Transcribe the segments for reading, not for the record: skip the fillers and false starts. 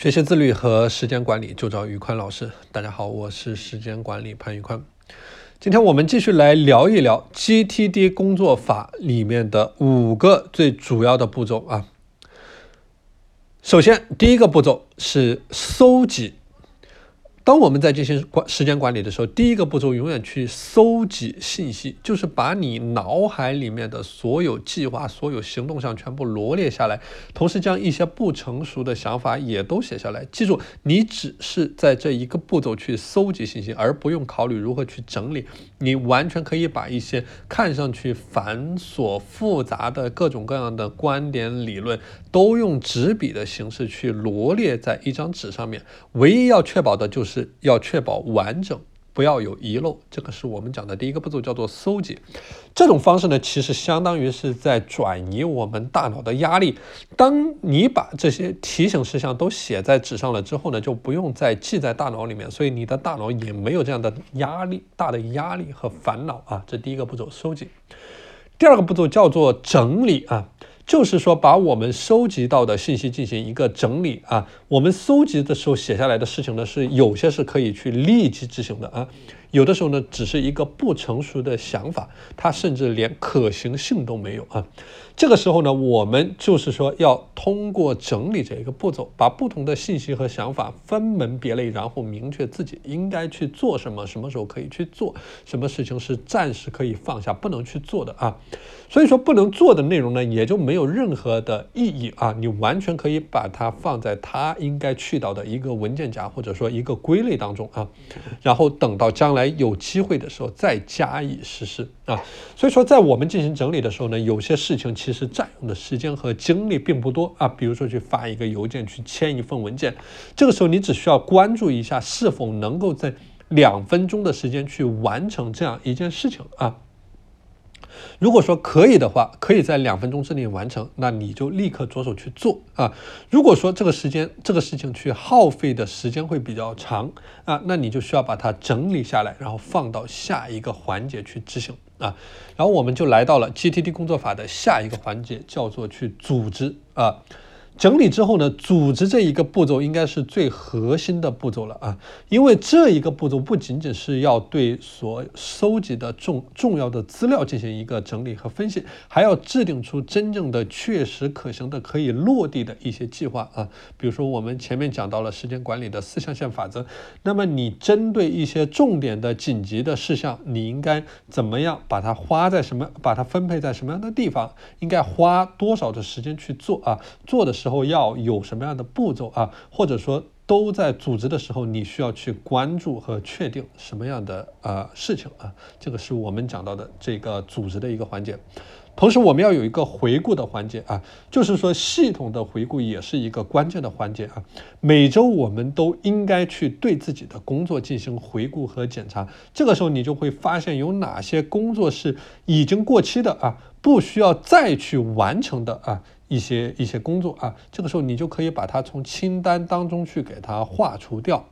学习自律和时间管理就找宇宽老师。大家好，我是时间管理潘宇宽。今天我们继续来聊一聊 GTD 工作法里面的5个最主要的步骤啊。首先，第一个步骤是搜集。当我们在进行时间管理的时候，第一个步骤永远去搜集信息，就是把你脑海里面的所有计划、所有行动项全部罗列下来，同时将一些不成熟的想法也都写下来。记住，你只是在这一个步骤去搜集信息，而不用考虑如何去整理。你完全可以把一些看上去繁琐复杂的各种各样的观点理论，都用纸笔的形式去罗列在一张纸上面。唯一要确保的就是要确保完整，不要有遗漏。这个是我们讲的第一个步骤，叫做搜集。这种方式呢，其实相当于是在转移我们大脑的压力。当你把这些提醒事项都写在纸上了之后呢，就不用再记在大脑里面，所以你的大脑也没有这样的大的压力和烦恼啊。这第一个步骤，收集。第二个步骤叫做整理啊。就是说把我们收集到的信息进行一个整理啊。我们搜集的时候写下来的事情呢，是有些是可以去立即执行的啊，有的时候呢只是一个不成熟的想法，它甚至连可行性都没有啊。这个时候呢，我们就是说要通过整理这一个步骤，把不同的信息和想法分门别类，然后明确自己应该去做什么，什么时候可以去做，什么事情是暂时可以放下不能去做的啊。所以说不能做的内容呢，也就没有任何的意义啊。你完全可以把它放在它应该去到的一个文件夹，或者说一个归类当中啊，然后等到将来有机会的时候再加以实施啊。所以说在我们进行整理的时候呢，有些事情其实占用的时间和精力并不多啊。比如说去发一个邮件，去签一份文件，这个时候你只需要关注一下是否能够在2分钟的时间去完成这样一件事情啊。如果说可以的话，可以在2分钟之内完成，那你就立刻着手去做啊。如果说这个事情去耗费的时间会比较长啊，那你就需要把它整理下来，然后放到下一个环节去执行啊。然后我们就来到了 GTD 工作法的下一个环节，叫做去组织啊。整理之后呢，组织这一个步骤应该是最核心的步骤了啊，因为这一个步骤不仅仅是要对所收集的重要的资料进行一个整理和分析，还要制定出真正的确实可行的可以落地的一些计划啊。比如说我们前面讲到了时间管理的4象限法则，那么你针对一些重点的紧急的事项，你应该怎么样把它分配在什么样的地方，应该花多少的时间去做啊，做的时候要有什么样的步骤啊，或者说都在组织的时候，你需要去关注和确定什么样的事情啊。这个是我们讲到的这个组织的一个环节。同时我们要有一个回顾的环节啊，就是说系统的回顾也是一个关键的环节啊。每周我们都应该去对自己的工作进行回顾和检查，这个时候你就会发现有哪些工作是已经过期的啊，不需要再去完成的啊一些工作啊，这个时候你就可以把它从清单当中去给它划除掉。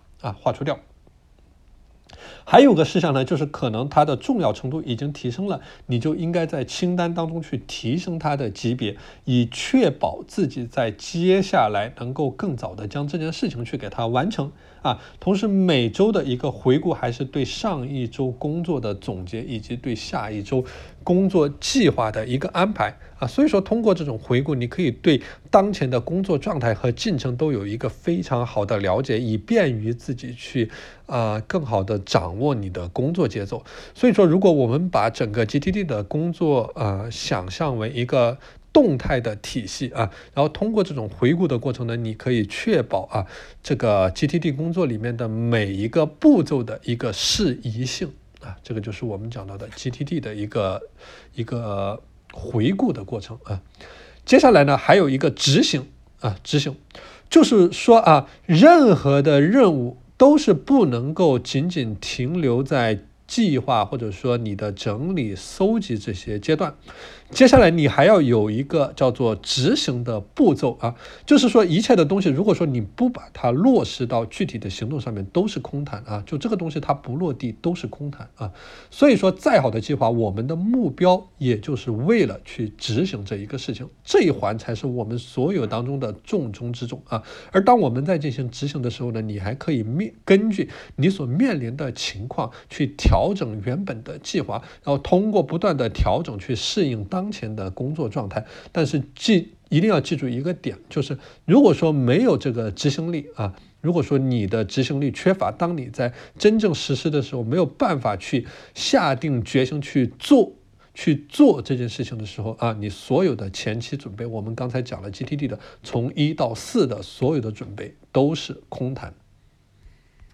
还有个事项呢，就是可能它的重要程度已经提升了，你就应该在清单当中去提升它的级别，以确保自己在接下来能够更早的将这件事情去给它完成啊。同时每周的一个回顾还是对上一周工作的总结，以及对下一周工作计划的一个安排啊。所以说通过这种回顾，你可以对当前的工作状态和进程都有一个非常好的了解，以便于自己去更好的掌握你的工作节奏。所以说如果我们把整个 GTD 的工作想象为一个动态的体系啊，然后通过这种回顾的过程呢，你可以确保这个 GTD 工作里面的每一个步骤的一个适宜性啊，这个就是我们讲到的 GTD 的一个回顾的过程啊。接下来呢，还有一个执行，就是说任何的任务都是不能够仅仅停留在计划或者说你的整理搜集这些阶段， 接下来你还要有一个叫做执行的步骤啊，就是说一切的东西，如果说你不把它落实到具体的行动上面，都是空谈啊，就这个东西它不落地都是空谈啊。所以说再好的计划，我们的目标也就是为了去执行这一个事情，这一环才是我们所有当中的重中之重啊。而当我们在进行执行的时候呢，你还可以根据你所面临的情况去调整原本的计划，然后通过不断的调整去适应当前的工作状态。但是一定要记住一个点，就是如果说没有这个执行力啊，如果说你的执行力缺乏，当你在真正实施的时候没有办法去下定决心去做这件事情的时候啊，你所有的前期准备，我们刚才讲了 GTD 的从1到4的所有的准备都是空谈。